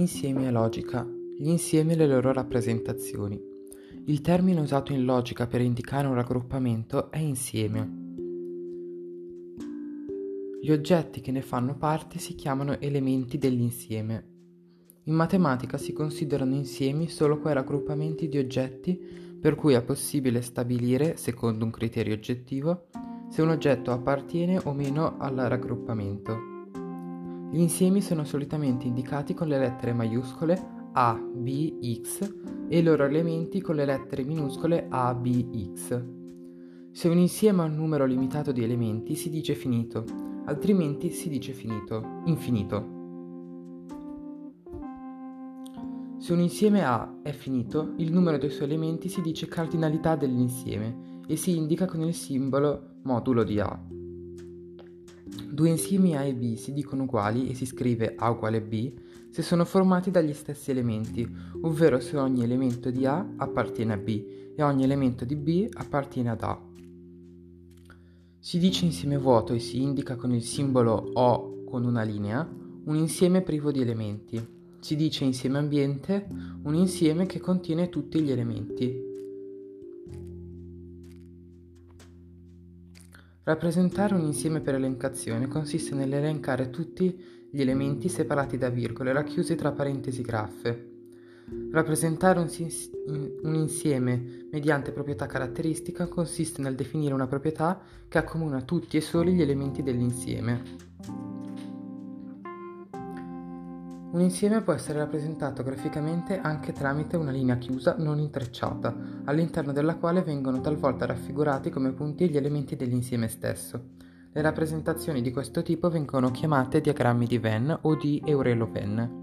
Insiemi e logica. Gli insiemi e le loro rappresentazioni. Il termine usato in logica per indicare un raggruppamento è insieme. Gli oggetti che ne fanno parte si chiamano elementi dell'insieme. In matematica si considerano insiemi solo quei raggruppamenti di oggetti per cui è possibile stabilire, secondo un criterio oggettivo, se un oggetto appartiene o meno al raggruppamento. Gli insiemi sono solitamente indicati con le lettere maiuscole A, B, X e i loro elementi con le lettere minuscole A, B, X. Se un insieme ha un numero limitato di elementi si dice finito, altrimenti si dice infinito. Se un insieme A è finito, il numero dei suoi elementi si dice cardinalità dell'insieme e si indica con il simbolo modulo di A. Due insiemi A e B si dicono uguali e si scrive A uguale B se sono formati dagli stessi elementi, ovvero se ogni elemento di A appartiene a B e ogni elemento di B appartiene ad A. Si dice insieme vuoto e si indica con il simbolo O con una linea un insieme privo di elementi. Si dice insieme ambiente un insieme che contiene tutti gli elementi. Rappresentare un insieme per elencazione consiste nell'elencare tutti gli elementi separati da virgole racchiusi tra parentesi graffe. Rappresentare un insieme mediante proprietà caratteristica consiste nel definire una proprietà che accomuna tutti e soli gli elementi dell'insieme. Un insieme può essere rappresentato graficamente anche tramite una linea chiusa non intrecciata, all'interno della quale vengono talvolta raffigurati come punti gli elementi dell'insieme stesso. Le rappresentazioni di questo tipo vengono chiamate diagrammi di Venn o di Eurelo-Venn.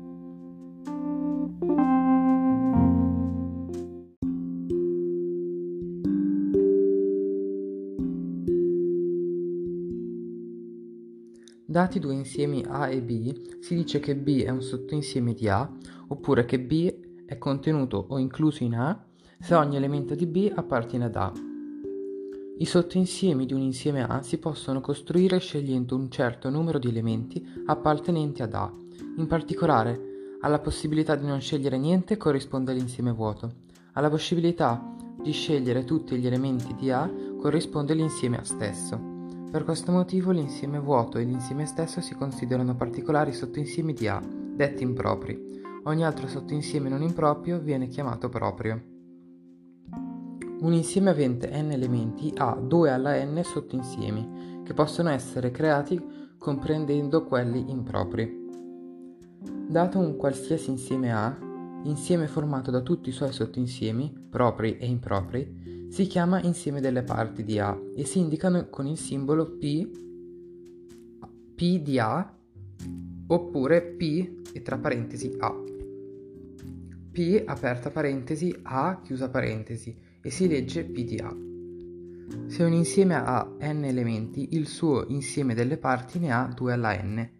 Dati due insiemi A e B, si dice che B è un sottoinsieme di A, oppure che B è contenuto o incluso in A se ogni elemento di B appartiene ad A. I sottoinsiemi di un insieme A si possono costruire scegliendo un certo numero di elementi appartenenti ad A. In particolare, alla possibilità di non scegliere niente corrisponde l'insieme vuoto. Alla possibilità di scegliere tutti gli elementi di A corrisponde l'insieme A stesso. Per questo motivo l'insieme vuoto e l'insieme stesso si considerano particolari sottoinsiemi di A, detti impropri. Ogni altro sottoinsieme non improprio viene chiamato proprio. Un insieme avente n elementi ha 2 alla n sottoinsiemi, che possono essere creati comprendendo quelli impropri. Dato un qualsiasi insieme A, insieme formato da tutti i suoi sottoinsiemi, propri e impropri, si chiama insieme delle parti di A e si indicano con il simbolo P di A oppure P e tra parentesi A. P aperta parentesi A chiusa parentesi e si legge P di A. Se un insieme ha n elementi, il suo insieme delle parti ne ha 2 alla n.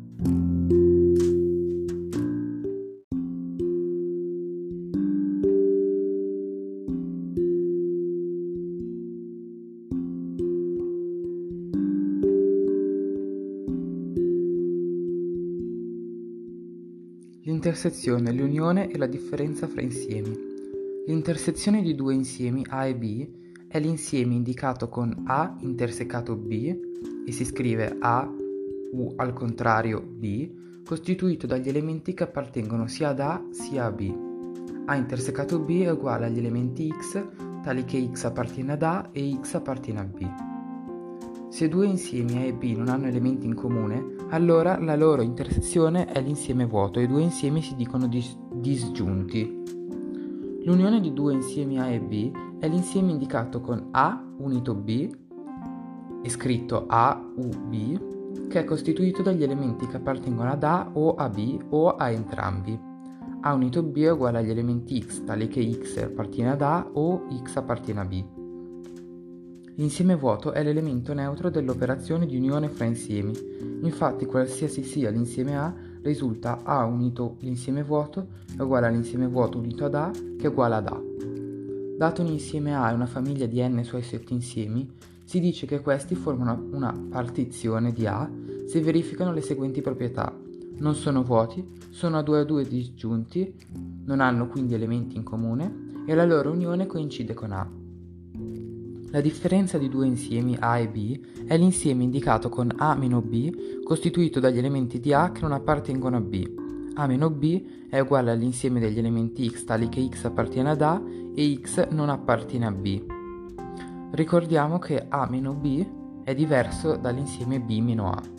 L'intersezione, l'unione e la differenza fra insiemi. L'intersezione di due insiemi A e B è l'insieme indicato con A intersecato B e si scrive A, U al contrario B, costituito dagli elementi che appartengono sia ad A sia a B. A intersecato B è uguale agli elementi X, tali che X appartiene ad A e X appartiene a B. Se due insiemi A e B non hanno elementi in comune, allora la loro intersezione è l'insieme vuoto e i due insiemi si dicono disgiunti. L'unione di due insiemi A e B è l'insieme indicato con A unito B e scritto A, U, B, che è costituito dagli elementi che appartengono ad A o a B o a entrambi. A unito B è uguale agli elementi X, tali che X appartiene ad A o X appartiene a B. L'insieme vuoto è l'elemento neutro dell'operazione di unione fra insiemi. Infatti, qualsiasi sia l'insieme A, risulta A unito l'insieme vuoto è uguale all'insieme vuoto unito ad A che è uguale ad A. Dato un insieme A e una famiglia di n suoi sottoinsiemi, si dice che questi formano una partizione di A se verificano le seguenti proprietà. non sono vuoti, sono a due disgiunti, non hanno quindi elementi in comune e la loro unione coincide con A. La differenza di due insiemi A e B è l'insieme indicato con A meno B costituito dagli elementi di A che non appartengono a B. A meno B è uguale all'insieme degli elementi X tali che X appartiene ad A e X non appartiene a B. Ricordiamo che A meno B è diverso dall'insieme B meno A.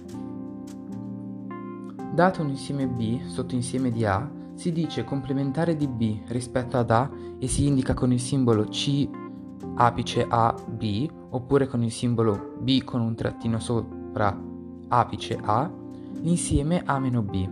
Dato un insieme B sotto insieme di A, si dice complementare di B rispetto ad A e si indica con il simbolo C apice A B oppure con il simbolo B con un trattino sopra apice A, l'insieme A meno B.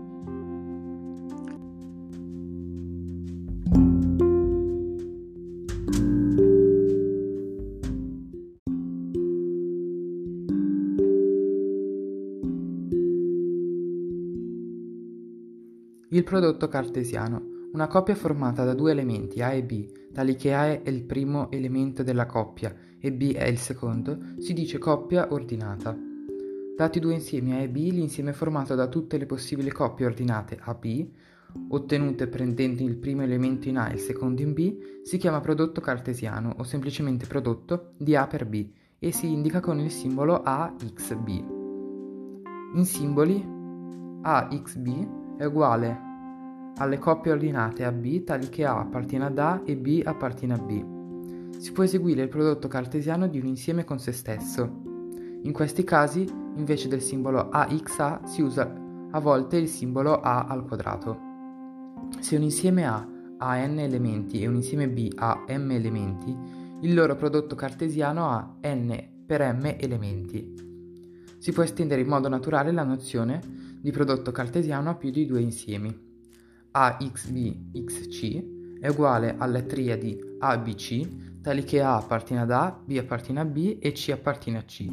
Il prodotto cartesiano. Una coppia formata da due elementi A e B, tali che A è il primo elemento della coppia e B è il secondo, si dice coppia ordinata. Dati due insiemi A e B, l'insieme formato da tutte le possibili coppie ordinate AB, ottenute prendendo il primo elemento in A e il secondo in B, si chiama prodotto cartesiano o semplicemente prodotto di A per B e si indica con il simbolo AXB. In simboli, AXB è uguale alle coppie ordinate AB tali che A appartiene ad A e B appartiene a B. Si può eseguire il prodotto cartesiano di un insieme con se stesso. In questi casi, invece del simbolo AXA, si usa a volte il simbolo A al quadrato. Se un insieme A ha n elementi e un insieme B ha m elementi, il loro prodotto cartesiano ha n per m elementi. Si può estendere in modo naturale la nozione di prodotto cartesiano a più di due insiemi. AXB-XC è uguale alle triadi ABC, tali che A appartiene ad A, B appartiene a B e C appartiene a C.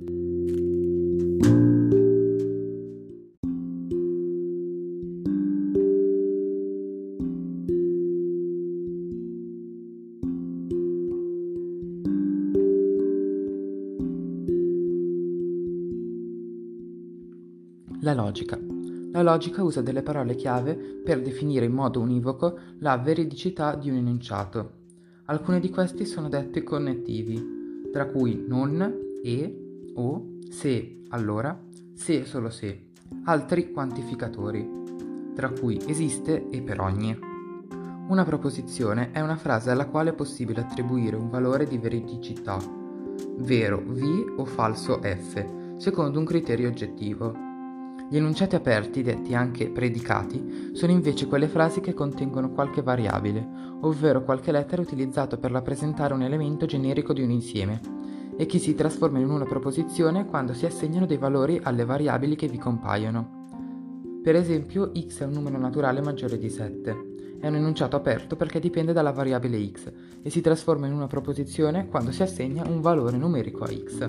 La logica. La logica usa delle parole chiave per definire in modo univoco la veridicità di un enunciato. Alcuni di questi sono detti connettivi, tra cui non, e, o, se, allora, se solo se. Altri quantificatori, tra cui esiste e per ogni. Una proposizione è una frase alla quale è possibile attribuire un valore di veridicità, vero V o falso F, secondo un criterio oggettivo. Gli enunciati aperti, detti anche predicati, sono invece quelle frasi che contengono qualche variabile, ovvero qualche lettera utilizzato per rappresentare un elemento generico di un insieme, e che si trasforma in una proposizione quando si assegnano dei valori alle variabili che vi compaiono. Per esempio, x è un numero naturale maggiore di 7. È un enunciato aperto perché dipende dalla variabile x e si trasforma in una proposizione quando si assegna un valore numerico a x.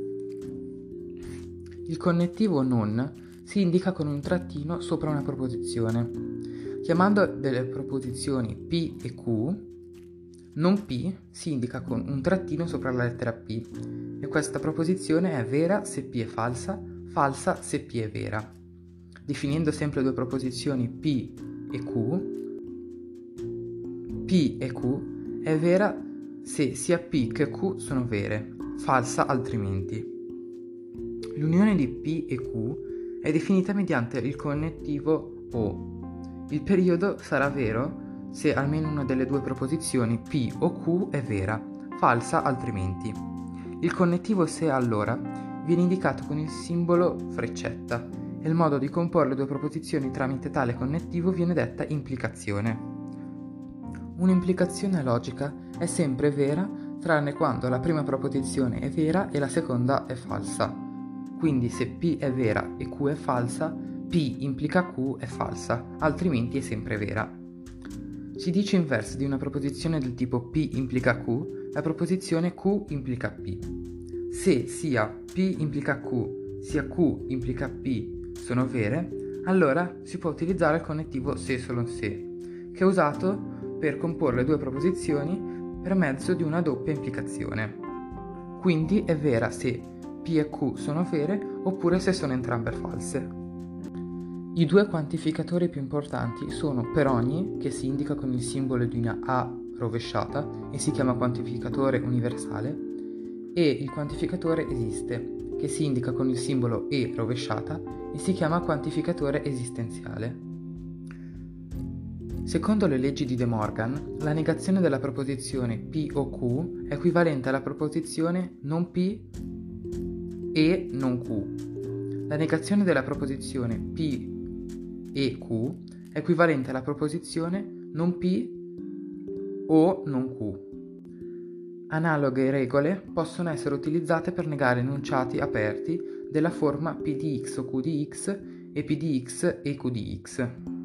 Il connettivo non si indica con un trattino sopra una proposizione. Chiamando delle proposizioni P e Q, non P si indica con un trattino sopra la lettera P e questa proposizione è vera se P è falsa, falsa se P è vera. Definendo sempre due proposizioni P e Q è vera se sia P che Q sono vere, falsa altrimenti. L'unione di P e Q è definita mediante il connettivo O. Il periodo sarà vero se almeno una delle due proposizioni P o Q è vera, falsa altrimenti. Il connettivo se allora viene indicato con il simbolo freccetta e il modo di comporre le due proposizioni tramite tale connettivo viene detta implicazione. Un'implicazione logica è sempre vera tranne quando la prima proposizione è vera e la seconda è falsa. Quindi se P è vera e Q è falsa, P implica Q è falsa, altrimenti è sempre vera. Si dice inverso di una proposizione del tipo P implica Q, la proposizione Q implica P. Se sia P implica Q sia Q implica P sono vere, allora si può utilizzare il connettivo se solo se, che è usato per comporre le due proposizioni per mezzo di una doppia implicazione. Quindi è vera se P e Q sono vere oppure se sono entrambe false. I due quantificatori più importanti sono per ogni, che si indica con il simbolo di una A rovesciata e si chiama quantificatore universale, e il quantificatore esiste, che si indica con il simbolo E rovesciata e si chiama quantificatore esistenziale. Secondo le leggi di De Morgan, la negazione della proposizione P o Q è equivalente alla proposizione non P e non Q. La negazione della proposizione P e Q è equivalente alla proposizione non P o non Q. Analoghe regole possono essere utilizzate per negare enunciati aperti della forma P di x o Q di x e P di x e Q di x.